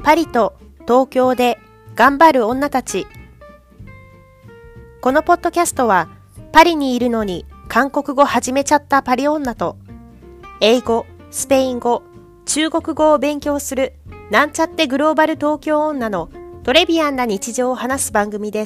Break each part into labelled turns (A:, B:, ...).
A: パリと東京で頑張る女たち。このポッドキャストはパリにいるのに韓国語始めちゃったパリ女と英語、スペイン語、中国語を勉強するなんちゃってグローバル東京女のトレビアンな日常を話す番組です。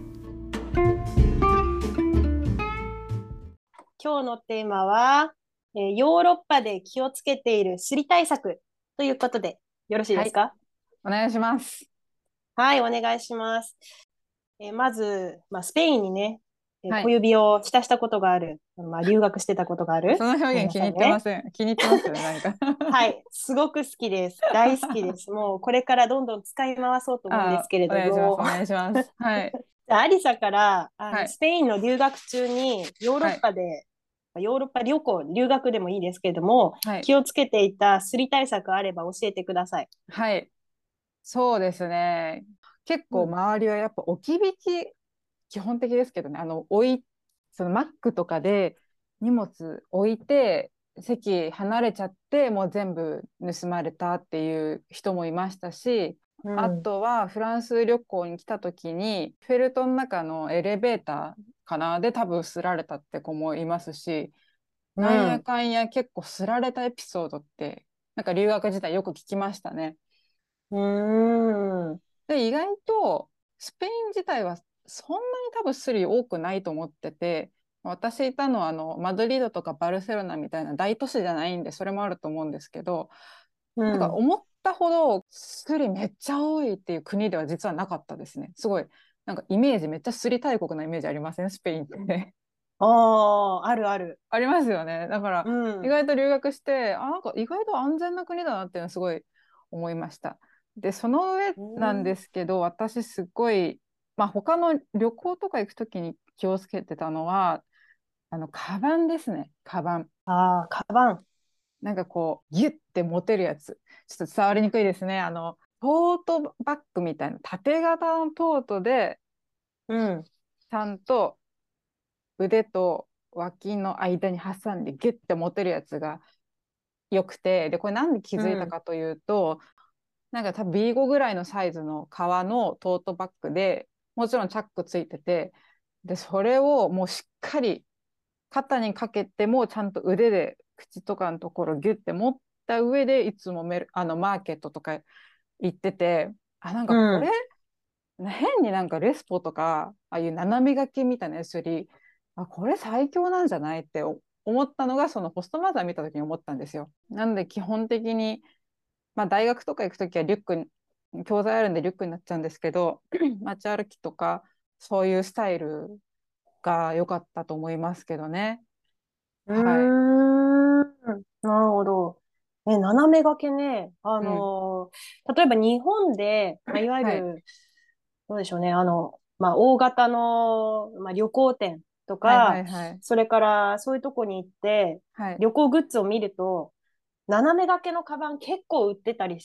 A: 今日のテーマは、ヨーロッパで気をつけているスリ対策ということでよろしいですか？
B: はい、お願いします。
A: はい、お願いします。まず、スペインにね、
B: はい。
A: 小指を浸したことがある、留学してたことがある
B: その表現気に入ってま
A: 皆さんね。
B: せん。気に入ってますよね、何か。
A: はい、すごく好きです。大好きです。もうこれからどんどん使い回そうと思うんですけれ
B: お願いします。
A: ども。
B: お願いします。はい。
A: じゃあ、アリサから
B: はい。
A: スペインの留学中にヨーロ
B: はい。
A: ッパで、ヨーロッパ旅行、留学でもいいですけれども、
B: はい。
A: 気をつけていたスリ対策あれば教えてください。
B: はい。そうですね。結構
A: うん。
B: 周りはやっぱ置き引き、基本的ですけどね、そのマックとかで荷物置いて、席離れちゃって、もう全部盗まれたっていう人もいましたし、あ
A: うん。
B: とはフランス旅行に来た時に、フェルトの中のエレベーターかなで多分すられたって子もいますし、
A: う
B: なんや
A: ん。
B: かんや結構すられたエピソードって、なんか留学時代よく聞きましたね。
A: うーん。
B: で、意外とスペイン自体はそんなに多分スリ多くないと思ってて、私いたのはマドリードとかバルセロナみたいな大都市じゃないんで、それもあると思うんですけど、
A: う
B: なんか
A: ん。
B: 思ったほどスリめっちゃ多いっていう国では実はなかったですね。すごい、なんかイメージめっちゃスリ大国なイメージありませんスペインって。
A: ああ、あるある。
B: ありますよね。だから
A: うん。
B: 意外と留学して、なんか意外と安全な国だなっていうのはすごい思いました。で、その上
A: う
B: なんで
A: ん。
B: すけど、私すごい、他の旅行とか行くときに気をつけてたのは、カバンですね。カバン。
A: ああ、カバン。
B: なんかこう、ギュッて持てるやつ。ちょっと伝わりにくいですね。トートバッグみたいな、縦型のトートで、
A: うん。
B: ちゃんと腕と脇の間に挟んでギュッて持てるやつが良くて、で、これなんで気
A: う
B: づいた
A: ん。
B: かというと、なんか多分 B5 ぐらいのサイズの革のトートバッグで、もちろんチャックついてて、で、それをもうしっかり肩にかけてもちゃんと腕で口とかのところギュッて持った上でいつもマーケットとか行ってて、なん
A: う
B: かこれ
A: ん。
B: 変になんかレスポとかああいう斜め書きみたいなやつより、これ最強なんじゃないって思ったのが、そのホストマザー見た時に思ったんですよ。なんで基本的に、大学とか行く時はリュックに、教材あるんでリュックになっちゃうんですけど、街歩きとかそういうスタイルが良かったと思いますけどね。
A: う
B: はい。
A: ーん。なるほど。斜め掛けね。
B: うん。
A: 例えば日本で、いわゆ
B: はい。
A: る、どうでしょうね。大型の、旅行店と
B: はいは
A: か、
B: いはい。
A: それからそういうとこに行って、
B: はい。
A: 旅行グッズを見ると、斜め掛けのカバン結構売ってたりして、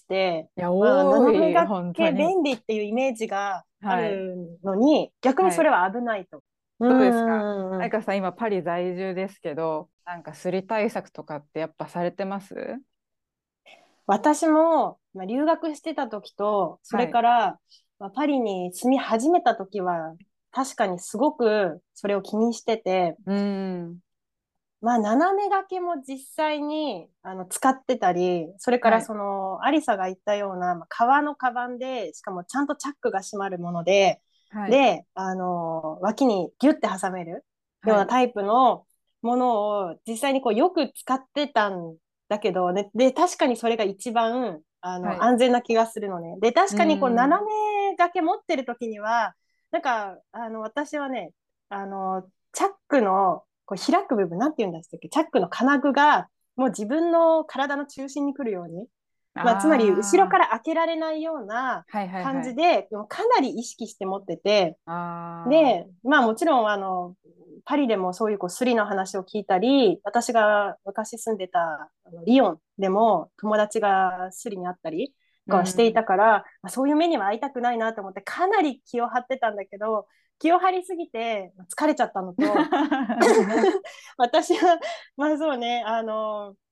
B: いや、多い、
A: 斜め掛け
B: 本当に。
A: 便利っていうイメージがあ
B: はい。
A: るのに、逆に
B: はい。
A: それは危ないと。う
B: どうですか？
A: ーん。
B: 愛花さん、今パリ在住ですけど、なんかスリ対策とかってやっぱされてます？
A: 私も、留学してた時と、それ
B: はい。
A: から、パリに住み始めた時は、確かにすごくそれを気にしてて、
B: うーん。
A: 斜め掛けも実際に使ってたり、それから
B: はい。
A: その、アリサが言ったような、革のカバンで、しかもちゃんとチャックが閉まるもので、
B: はい。
A: で、脇にギュッて挟めるよう
B: はい。
A: なタイプのものを実際にこうよく使ってたんだけど、ね、で、確かにそれが一番、
B: はい。
A: 安全な気がするのね。で、確
B: うー
A: かにこう、斜
B: ん。
A: め掛け持ってる時には、なんか、私はね、チャックの、こう開く部分、なんて言うんだっけ、チャックの金具が、もう自分の体の中心に来るように、つまり、後ろか
B: あ
A: ら開けられないような
B: はいはいはい。
A: 感じで、もうかなり意識して持ってて、
B: あ
A: で、もちろん、パリでもそういうこうスリの話を聞いたり、私が昔住んでたリヨンでも友達がスリにあったり
B: う
A: とかしていた
B: ん。
A: から、そういう目には会いたくないなと思ってかなり気を張ってたんだけど、気を張りすぎて疲れちゃったのと、私は、そうね、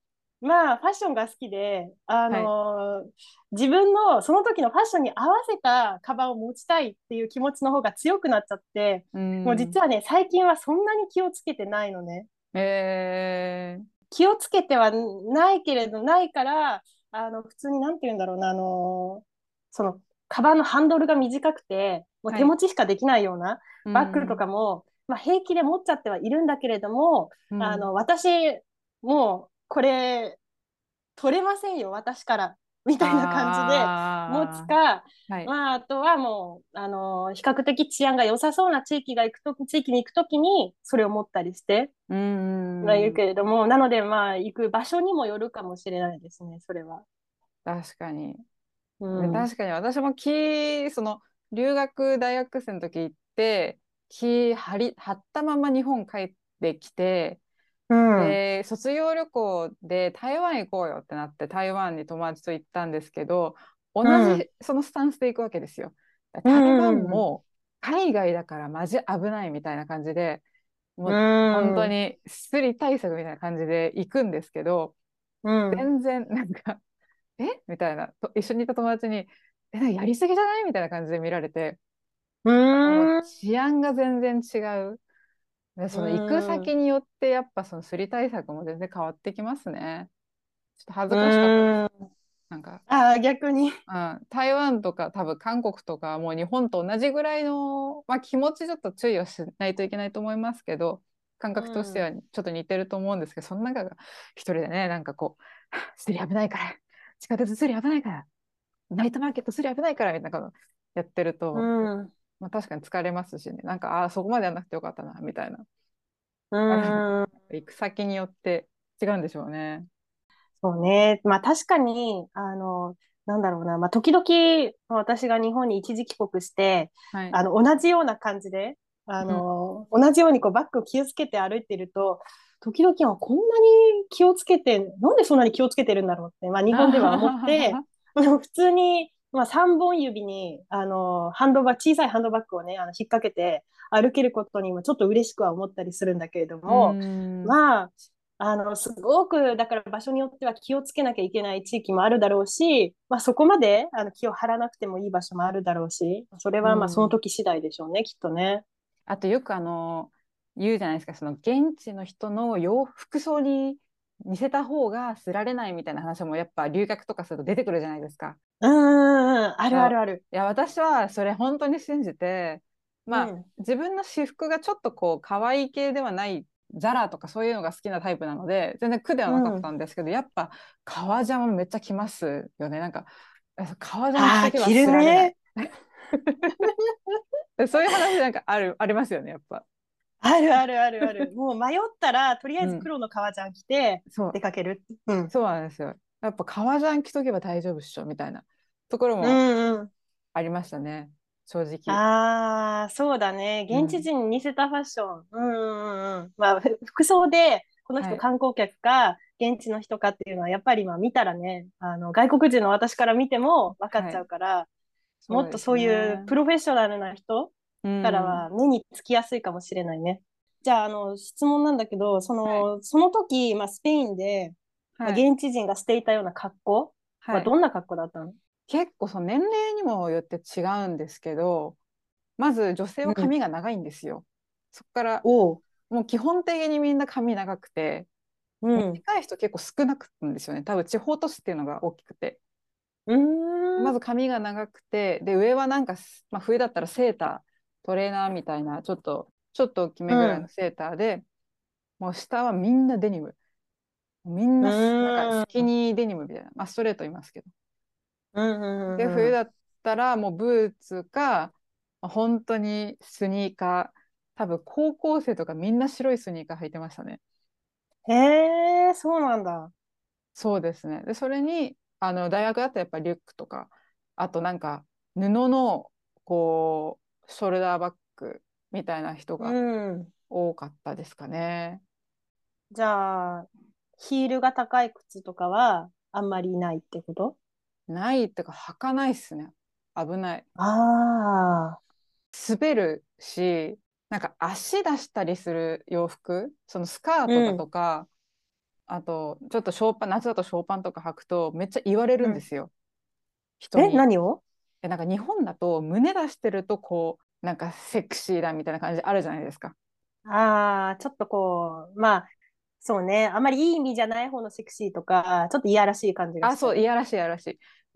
A: まあ、ファッションが好きで、
B: はい。
A: 自分のその時のファッションに合わせたカバンを持ちたいっていう気持ちの方が強くなっちゃって、
B: う
A: もう
B: ん。
A: 実はね、最近はそんなに気をつけてないのね。
B: え
A: 気をつけてはないけれど、ないから、普通になんて言うんだろうな、その、カバンのハンドルが短くて、もう
B: はい。
A: 手持ちしかできないような
B: う
A: バッグと
B: ん。
A: かも、まあ、平気で持っちゃってはいるんだけれども、
B: うん。
A: 私、もう、これ、取れませんよ、私から。みたいな感じで持つ
B: あ
A: か、
B: あ、はい。
A: まあ、あとはもう、比較的治安が良さそうな地域に行くときに、それを持ったりして
B: う
A: はいる
B: ん。
A: けれども、なので、まあ、行く場所にもよるかもしれないですね、それは。
B: 確かに。
A: う
B: で、
A: ん。
B: 確かに私も留学大学生の時行って、張ったまま日本帰ってきて、
A: うん。
B: で、卒業旅行で台湾行こうよってなって台湾に友達と行ったんですけど、同
A: うん。
B: じそのスタンスで行くわけですよ。
A: う
B: 台湾
A: ん。うん。
B: も海外だからマジ危ないみたいな感じで、も
A: う
B: う本当
A: ん。
B: にスリ対策みたいな感じで行くんですけど、
A: うん。
B: 全然なんか、みたいな、一緒にいた友達に、なんかやりすぎじゃないみたいな感じで見られて、
A: う
B: もう
A: ん。
B: 治安が全然違う。で、
A: う
B: その行く
A: ん。
B: 先によってやっぱそのスリ対策も全然変わってきますね。ちょっと恥
A: う
B: ずかしかったです。
A: ん。
B: なんか、
A: ああ、逆に。
B: うん、台湾とか多分韓国とかもう日本と同じぐらいの、まあ、気持ちちょっと注意はしないといけないと思いますけど、感
A: う
B: 覚としては
A: ん。
B: ちょっと似てると思うんですけど、その中が一人でね、なんかこう、スリ危ないから、地下鉄スリ危ないから、ナイトマーケットスリ危ないからみたいなことやってる
A: う
B: と、
A: ん。
B: まあ、確かに疲れますしね、なんか、ああ、そこまでやらなくてよかったな、みたいな。
A: う
B: ある
A: ん。
B: 行く先によって違うんでしょうね。
A: そうね。まあ確かに、なんだろうな。まあ時々、私が日本に一時帰国して、
B: はい。
A: 同じような感じで、
B: うん。
A: 同じようにこうバッグを気をつけて歩いてると、時々はこんなに気をつけて、なんでそんなに気をつけてるんだろうって、まあ日本では思って、普通に、まあ3本指に、小さいハンドバッグをね、引っ掛けて歩けることにもちょっと嬉しくは思ったりするんだけれど
B: うー
A: も、
B: ん。
A: まあ、すごく、だから場所によっては気をつけなきゃいけない地域もあるだろうし、まあそこまで気を張らなくてもいい場所もあるだろうし、それはまあその
B: うん。
A: 時次第でしょうね、きっとね。
B: あとよく言うじゃないですか、その現地の人の服装に似せた方がすられないみたいな話もやっぱ留学とかすると出てくるじゃないですか。
A: うんうんうん、あるあ
B: あ、
A: るある。
B: いや、私はそれ本当に信じて、まあ、
A: うん、
B: 自分の私服がちょっとこう、可愛い系ではない、ザラとかそういうのが好きなタイプなので、全然苦では
A: う
B: なかった
A: ん。
B: んですけど、やっぱ革ジャンもめっちゃ着ますよね。なんか、革ジャン着
A: ああ、
B: とけば
A: 着る
B: すられない。
A: ね。
B: そういう話なんかありますよね、やっぱ。
A: あるあるあるある。もう迷ったら、とりあえず
B: うん。
A: 黒の革ジャン着て
B: そう、
A: 出かける。うん。
B: そうなんですよ。やっぱ革ジャン着とけば大丈夫っしょ、みたいなところ
A: う
B: も
A: んうん。
B: ありましたね、正直。
A: ああ、そうだね。現地
B: うん。
A: 人に似せたファッション。うんうんうん。まあ、服装で、この人
B: はい。
A: 観光客か、現地の人かっていうのは、やっぱりまあ見たらね、外国人の私から見ても分かっちゃ
B: はい。
A: うから、もっと
B: そうです
A: そういう
B: ね。
A: プロフェッショナルな人
B: う
A: から
B: ん。
A: は目につきやすいかもしれないね。じゃあ、質問なんだけど、
B: はい。
A: その時、まあ、スペインで、まあ、
B: はい。
A: 現地人がしていたような格好
B: はい。
A: はどんな格好だったの？
B: 結構その年齢にもよって違うんですけど、まず女性は
A: うん。
B: 髪が長いんですよ。そこから
A: おう。
B: もう基本的にみんな髪長くて、
A: うん。
B: 短い人結構少なくんですよね。多分地方都市っていうのが大きくて。
A: うーん。
B: まず髪が長くて、で、上はなんかまあ、冬だったらセーター、トレーナーみたいな、ちょっと大きめぐらいの
A: うん。
B: セーターで、もう下はみんなデニム。みん
A: う
B: ななんかスキ
A: ーん。
B: ニーデニムみたいな。まあ、ストレート言いますけど。
A: うんう
B: で、
A: んうん
B: 冬だったらもうブーツか、まあ本当にスニーカー。多分高校生とかみんな白いスニーカー履いてましたね。
A: うん。へえ、そうなんだ。
B: そうですね。で、それに、大学だとやっぱりリュックとか、あとなんか布の、こショルダーバッグみたいな人
A: う
B: が
A: ん。
B: 多かったですかね。
A: じゃあ、ヒールが高い靴とかはあんまりいないってこと？
B: ないってか履かないっすね。危ない。
A: ああ
B: 滑るし、なんか足出したりする洋服、そのスカー
A: ー、
B: トだ
A: うん、
B: とか、 あと、ちょっと夏だとショーパンとか履くとめっちゃ言われる
A: うん。
B: んですよ、人に。
A: 何を？
B: なんか日本だと胸出してるとこう、なんかセクシーだみたいな感じあるじゃないですか。
A: ああー、ちょっとこう、まあ、そうね。あまりいい意味じゃない方のセクシーとか、ちょっといやらしい感じが
B: あ、そう、い
A: しちゃう。
B: やらしい、いやらしい。
A: うん。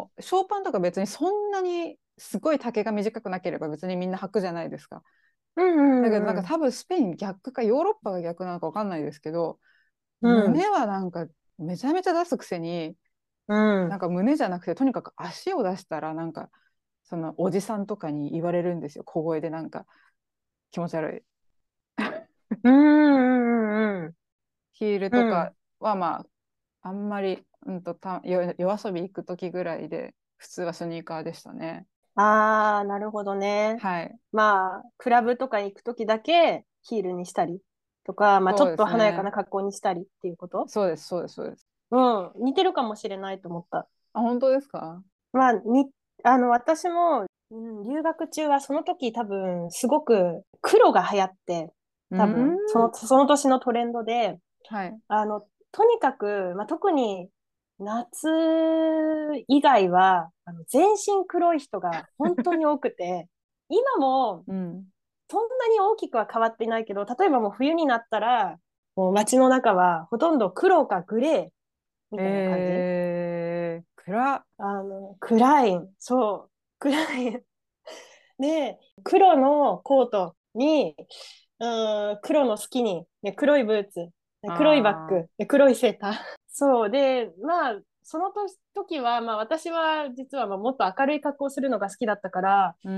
B: でも、ショーパンとか別にそんなにすごい丈が短くなければ別にみんな履くじゃないですか。
A: うん
B: だけど
A: うんうん。
B: なんか多分スペイン逆かヨーロッパが逆なのかわかんないですけど、
A: うん。
B: 胸はなんかめちゃめちゃ出すくせに、
A: うん。
B: なんか胸じゃなくてとにかく足を出したらなんかそのおじさんとかに言われるんですよ。小声でなんか気持ち悪い。
A: うんうんうん
B: ヒール
A: うん。うん。
B: とかはまああんまり、夜遊び行く時ぐらいで普通はスニーカーでしたね。
A: ああ、なるほどね。
B: はい。
A: まあ、クラブとかに行くときだけヒールにしたりとか、まあ、ち
B: そうで
A: ょっと華やか
B: すね。
A: な格好にしたりっていうこと？
B: そうです、そうです、そうです。
A: うん。似てるかもしれないと思った。
B: あ、本当ですか？
A: まあ、私も、留学中はその時多分、すごく黒が流行って、
B: うー
A: 多分、
B: ん。
A: その年のトレンドで、
B: はい。
A: とにかく、まあ、特に夏以外は、全身黒い人が本当に多くて、今も
B: うん。
A: そんなに大きくは変わっていないけど、例えばもう冬になったら、もう街の中はほとんど黒かグレーみたいな感じ。
B: 暗っ。
A: 暗い、そう、暗い。で、黒のコートに、黒のスキニー、ね、黒いブーツ、ね、黒いバッ
B: あ
A: グ、ね、黒いセーター。そうで、まあ、その時は、まあ私は実はまあもっと明るい格好をするのが好きだったから、
B: ー、うん。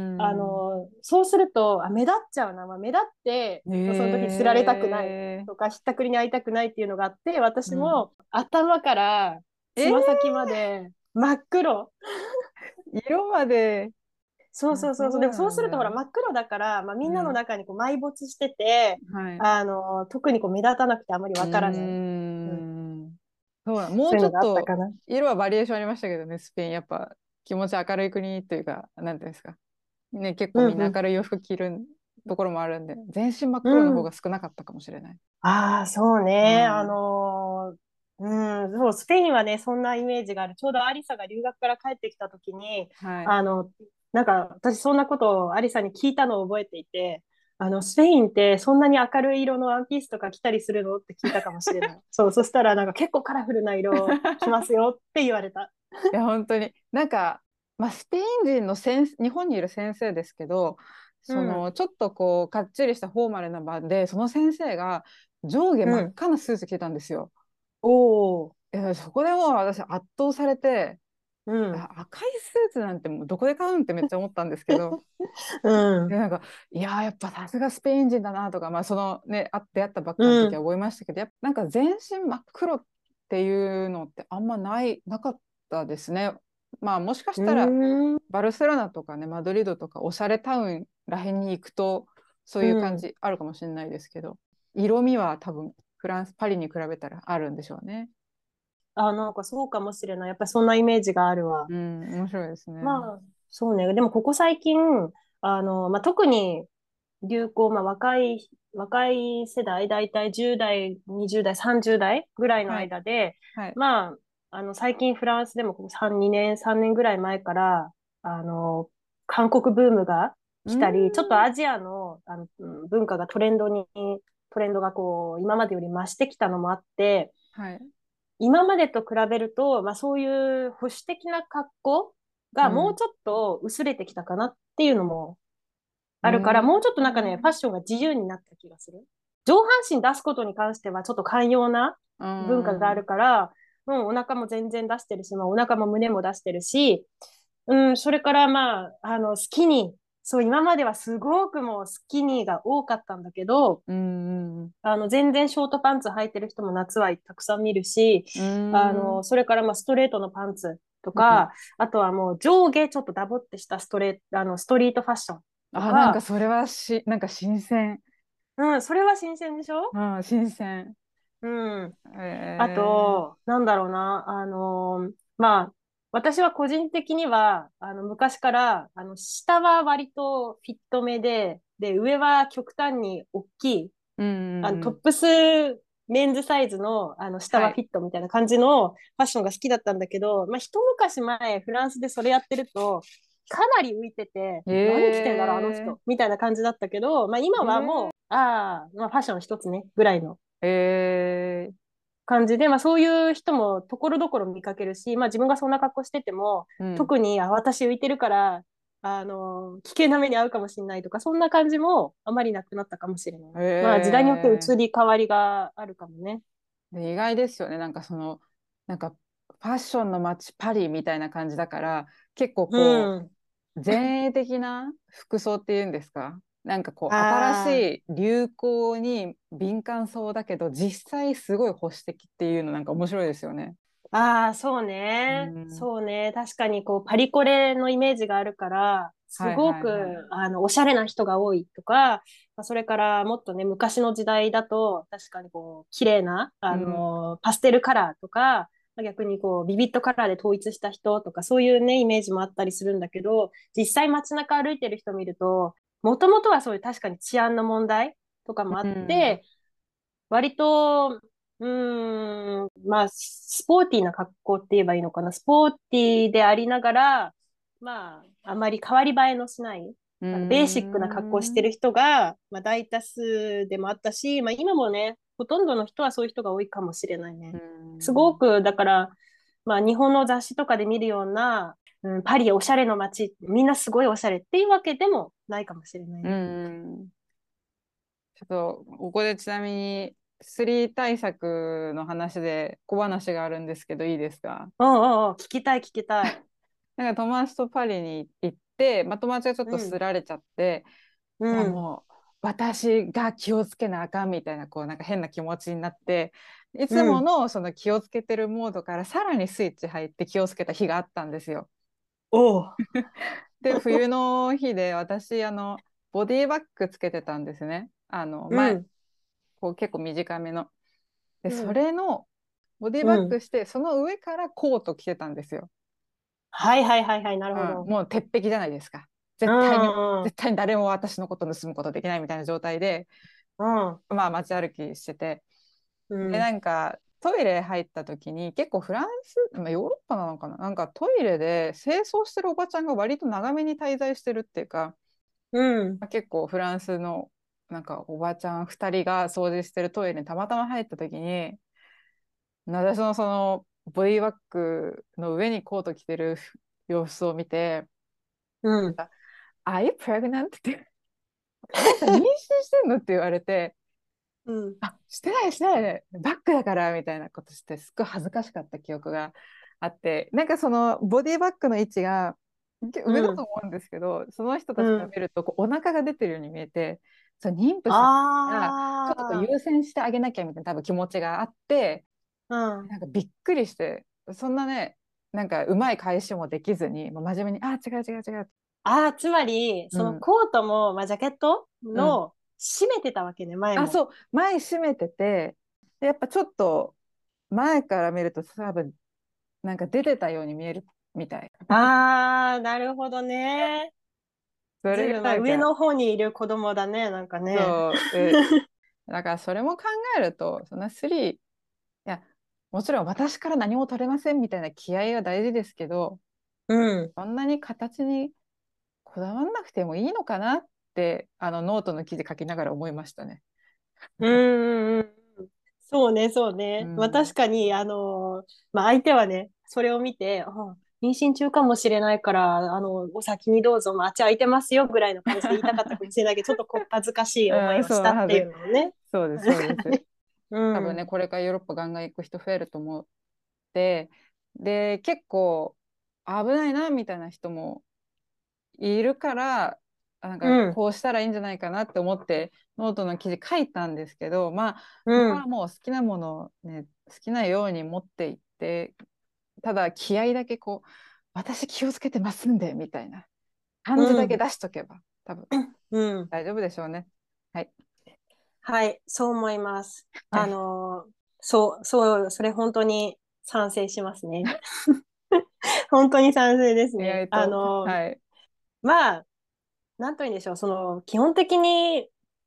A: そうすると、目立っちゃうな、まあ、目立って、まあその時に知られたくないとか、ひったくりに会いたくないっていうのがあって、
B: うん。
A: 私も頭から
B: え
A: つま先まで真っ黒。
B: 色まで。あ、
A: そう。でも
B: そう
A: そうするとほら
B: なんだ。
A: 真っ黒だから、まあ、みんなの
B: うん。
A: 中にこう埋没してて、
B: はい。
A: 特にこう目立たなくてあまり
B: う
A: わからない。
B: ー
A: うん。
B: ん。そうだ。もう
A: そういうのがあった
B: ちょっと
A: かな。
B: 色はバリエーションありましたけどね、スペイン。やっぱ気持ち明るい国というか、なんていうんですか。ね、結構みんな
A: うんうん。
B: 明るい洋服着るところもあるんで、全身真っ
A: う
B: 黒の方
A: ん。
B: が少なかったかもしれない。
A: ああ、そうね。
B: はい。
A: そう、スペインはね、そんなイメージがある。ちょうどアリサが留学から帰ってきた時に、
B: はい。
A: あの、なんか私そんなことをアリサに聞いたのを覚えていて、スペインってそんなに明るい色のワンピースとか着たりするのって聞いたかもしれない。そう、そしたらなんか結構カラフルな色着ますよって言われた。
B: いや、本当に。なんか、まあ、スペイン人の日本にいる先生ですけど、
A: うん、
B: ちょっとこう、かっちりしたフォーマルな場で、その先生が上下真っ
A: うん。
B: 赤なスーツ着てたんですよ。
A: おー、
B: そこでもう私圧倒されて、
A: うん、
B: 赤いスーツなんてもうどこで買うんってめっちゃ思ったんですけど、
A: うん、
B: なんか、いやーやっぱさすがスペイン人だなとか、まあそのね、出会ったばっかの
A: うん、
B: 時は覚えましたけど、やっぱなんか全身真っ黒っていうのってあんまなかったですね。まあもしかし
A: う
B: たら
A: ん、
B: バルセロナとかね、マドリードとかおしゃれタウンらへんに行くとそう
A: う
B: いう感
A: ん。
B: じあるかもしれないですけど、色味は多分パリに比べたらあるんでしょうね。
A: なんかそうかもしれない。やっぱりそんなイメージがあるわ。
B: うん、面白いですね。
A: まあ、そうね。でも、ここ最近、まあ、特にまあ、若い世代、だいたい10代、20代、30代ぐらいの
B: はい、
A: 間で、
B: はい。
A: まあ、最近フランスでもここ2年、3年ぐらい前から、韓国ブームが
B: うーん、
A: 来たり、ちょっとアジアの、文化がトレンドがこう、今までより増してきたのもあって、
B: はい。
A: 今までと比べると、まあそういう保守的な格好
B: うん、
A: がもうちょっと薄れてきたかなっていうのも
B: うー
A: あるから、もうちょっとなんかね、ファッ
B: ん、
A: ションが自由になった気がする。上半身出すことに関してはちょっと寛容な
B: う
A: 文化があ
B: ん、
A: るから、お腹も全然出してるし、まあお腹も胸も出してるし、それからまあ、スキニー。そう、今まではすごくもうスキニーが多かったんだけど、
B: うん、
A: 全然ショートパンツ履いてる人も夏はたくさん見るし、
B: うん、
A: それからまあストレートのパンツと
B: うん。
A: か、あとはもう上下ちょっとダボってしたストリートファッションと
B: なんか
A: か、
B: それはなんか新鮮。
A: それは新鮮でしょ？
B: うん、新鮮。
A: うん。あ
B: え
A: と、なんだろうな、まあ、私は個人的には、昔から、下は割とフィット目で、上は極端に大きい、
B: うん、うん、
A: トップスメンズサイズの、下
B: はい。
A: はフィットみたいな感じのファッションが好きだったんだけど、まあ、一昔前、フランスでそれやってると、かなり浮いてて、何着てんだろう、あの
B: え
A: 人、みたいな感じだったけど、まあ、今はも
B: ー、
A: う、ああ、まあ、ファッション一つね、ぐらいの
B: え
A: 感じで、まあ、そういう人もところどころ見かけるし、まあ、自分がそんな格好してても、
B: うん。
A: 特に、私浮いてるから、危険な目に遭うかもしれないとか、そんな感じもあまりなくなったかもしれない。まあ、時代によって
B: え
A: 移り変わりがあるかもね。
B: で意外ですよね。なんかファッションの街パリみたいな感じだから、結構
A: う
B: こ
A: ん。
B: う、前衛的な服装っていうんですか？なんかこう、新し
A: あ
B: い流行に敏感そうだけど、実際すごい保守的っていうのなんか面白いですよね。
A: ああ、そう
B: う
A: ね。
B: ん。
A: そうね。確かにこう、パリコレのイメージがあるから、す
B: はい
A: ごく、
B: はいはい。
A: おしゃれな人が多いとか、まあそれからもっとね、昔の時代だと、確かにこう、綺麗な、
B: うん。
A: パステルカラーとか、まあ逆にこう、ビビットカラーで統一した人とか、そういうね、イメージもあったりするんだけど、実際街中歩いてる人見ると、もともとはそういう確かに治安の問題とかもあ
B: う
A: っ
B: ん。
A: て、割と、まあ、スポーティーな格好って言えばいいのかな。スポーティーでありながら、まあ、あまり変わり映えのしない、
B: う
A: ベーシックな格好をして
B: ん。
A: る人が、まあ、大多数でもあったし、まあ、今もね、ほとんどの人はそういう人が多いかもしれない
B: う
A: ね。すご
B: ん。
A: く、だから、まあ、日本の雑誌とかで見るような、パリおしゃれの街、みんなすごいおしゃれっていうわけでもないかもしれない
B: う
A: ね。
B: ん。ちょっと、ここでちなみに、スリー対策の話で小話があるんですけど、いいですか？
A: おうおうおう、聞きたい聞きたい。
B: なんか友達とパリに行って、まあ、友達がちょっとす
A: うん、
B: られちゃって、
A: う
B: いや
A: ん、
B: もう、私が気をつけなあかんみたいな、こう、なんか変な気持ちになって、いつも
A: うん。
B: のその気をつけてるモードからさらにスイッチ入って気をつけた日があったんですよ。
A: おう。
B: で、冬の日で私、ボディバッグつけてたんですね。前、
A: うん、
B: こう結構短めの。で、そ
A: うん、
B: れの、ボディバッ
A: うん。
B: グして、その上からコート着てたんですよ。
A: はいはいはいはい、なる
B: うん、
A: ほど。
B: もう鉄壁じゃないですか。
A: う
B: 絶
A: ん、
B: 対に誰も私のこと盗むことできないみたいな状態で、
A: うん、
B: まあ街歩きしてて。で、
A: うん、
B: なんかトイレ入った時に結構フランス、まあ、ヨーロッパなのかな、なんかトイレで清掃してるおばちゃんが割と長めに滞在してるっていうか、
A: うん、
B: まあ結構フランスのなんかおばちゃん2人が掃除してるトイレにたまたま入った時に、私のそのボディバッグの上にコート着てる様子を見て、
A: うん。
B: なんか、Are you pregnant? ってあなた妊娠してんのって言われて、
A: うん。
B: あ、してないしてない、バッグだからみたいなことしてすっごい恥ずかしかった記憶があって、なんかそのボディバッグの位置が上だ
A: うん。
B: と思うんですけど、その人
A: う
B: たちから
A: ん。
B: 見るとこうお腹が出てるように見えて、そう妊婦さんがちょっとこう
A: あ
B: 優先してあげなきゃみたいな多分気持ちがあって、
A: あ、うん。
B: なんかびっくりして、そんなね、なんかうまい返しもできずに、もう真面目に、あ、違う違う違う。
A: ああ、つまり、その
B: うん、
A: コートも、まあ、ジャケット
B: うん。
A: の、締めてたわけね、前
B: あ、
A: も。
B: そう、前閉めてて、で、やっぱちょっと前から見ると多分なんか出てたように見えるみたい。
A: ああ、なるほどね。
B: それが
A: ずいぶん、まあ、
B: なんか、
A: 上の方にいる子供だね、なんかね。
B: そう、だからそれも考えると、そんなスリー、いや、もちろん私から何も取れませんみたいな気合は大事ですけど、
A: うん。
B: そんなに形にこだわんなくてもいいのかなって、ノートの記事書きながら思いましたね。
A: うんうんうんうん。そうね、そうね。まあ
B: うん。
A: 確かに、まあ相手はね、それを見て、妊娠中かもしれないから、お先にどうぞ、まあ、あっち空いてますよぐらいの感じで言いたかったかもしれないけど、ちょっとこっぱずかしい思
B: うん、
A: いを
B: そう、はず、
A: したっていうのをね。
B: そうです、
A: だ
B: そうです。
A: からね。う
B: 多分ね、
A: ん。
B: これからヨーロッパガンガン行く人増えると思って、で、結構危ないなみたいな人もいるから、なんか
A: うん。
B: こうしたらいいんじゃないかなって思ってノートの記事書いたんですけど、まあ、
A: う
B: 僕は
A: ん。
B: もう好きなものをね、好きなように持っていって、ただ気合だけこう、私気をつけてますんで、みたいな感じ
A: うん。
B: だけ出しとけば、多分
A: うん。
B: 大丈夫でしょうね。はい。
A: はい、そう思います。
B: はい。
A: それ本当に賛成しますね。本当に賛成です
B: 意
A: ね。
B: 外と、はい。
A: まあ、なんと言うんでしょう、基本的に、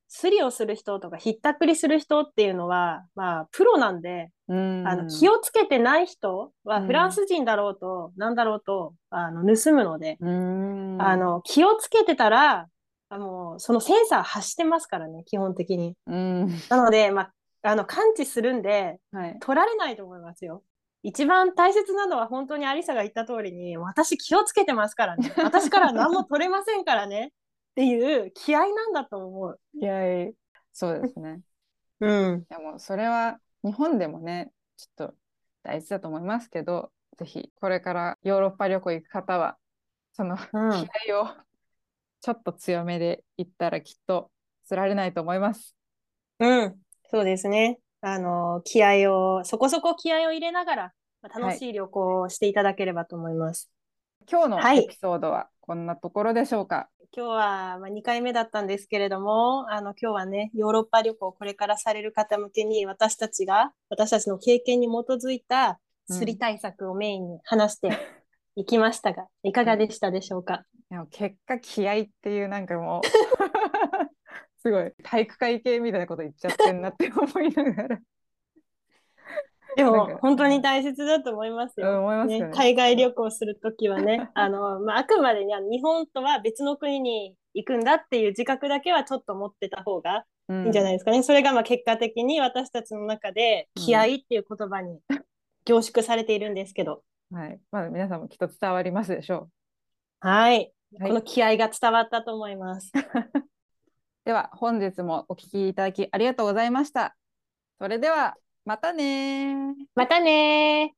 A: スリをする人とかひったくりする人っていうのは、まあ、プロなんで、気をつけてない人は、フランス人だろうと、なんだろうと、盗むので、気をつけてたら、そのセンサー発してますからね、基本的に。なので、まあ、感知するんで、取られないと思いますよ。一番大切なのは本当にアリサが言った通りに、私気をつけてますからね。私から何も取れませんからね。っていう気合なんだと思う。
B: 気合、そうですね。でもそれは日本でもね、ちょっと大事だと思いますけど、ぜひこれからヨーロッパ旅行行く方は、その気合をちょっと強めで行ったらきっと釣られないと思います。
A: そうですね。気合を、そこそこ気合を入れながら、楽しい旅行をしていただければと思います。
B: 今日のエピソードはこんなところでしょうか。
A: 今日は2回目だったんですけれども、今日はね、ヨーロッパ旅行をこれからされる方向けに、私たちの経験に基づいた釣り対策をメインに話していきましたが、いかがでしたでしょうか。
B: でも結果、気合っていうなんかもう、すごい体育会系みたいなこと言っちゃってんなって思いながら。
A: でも本当に大切だと思いますよ。
B: 思いますよね。
A: 海外旅行するときはね、あくまでに日本とは別の国に行くんだっていう自覚だけはちょっと持ってた方がいいんじゃないですかね。それが結果的に私たちの中で気合っていう言葉に凝縮されているんですけど。
B: はい。まあ皆さんもきっと伝わりますでしょう。
A: はい。この気合が伝わったと思います。
B: では本日もお聞きいただきありがとうございました。それではまたね。
A: またね。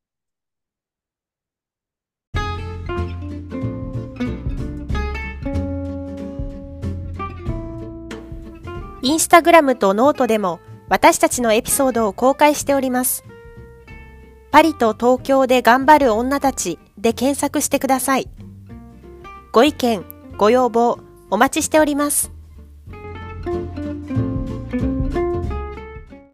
A: インスタグラムとノートでも私たちのエピソードを公開しております。パリと東京で頑張る女たちで検索してください。ご意見、ご要望お待ちしております。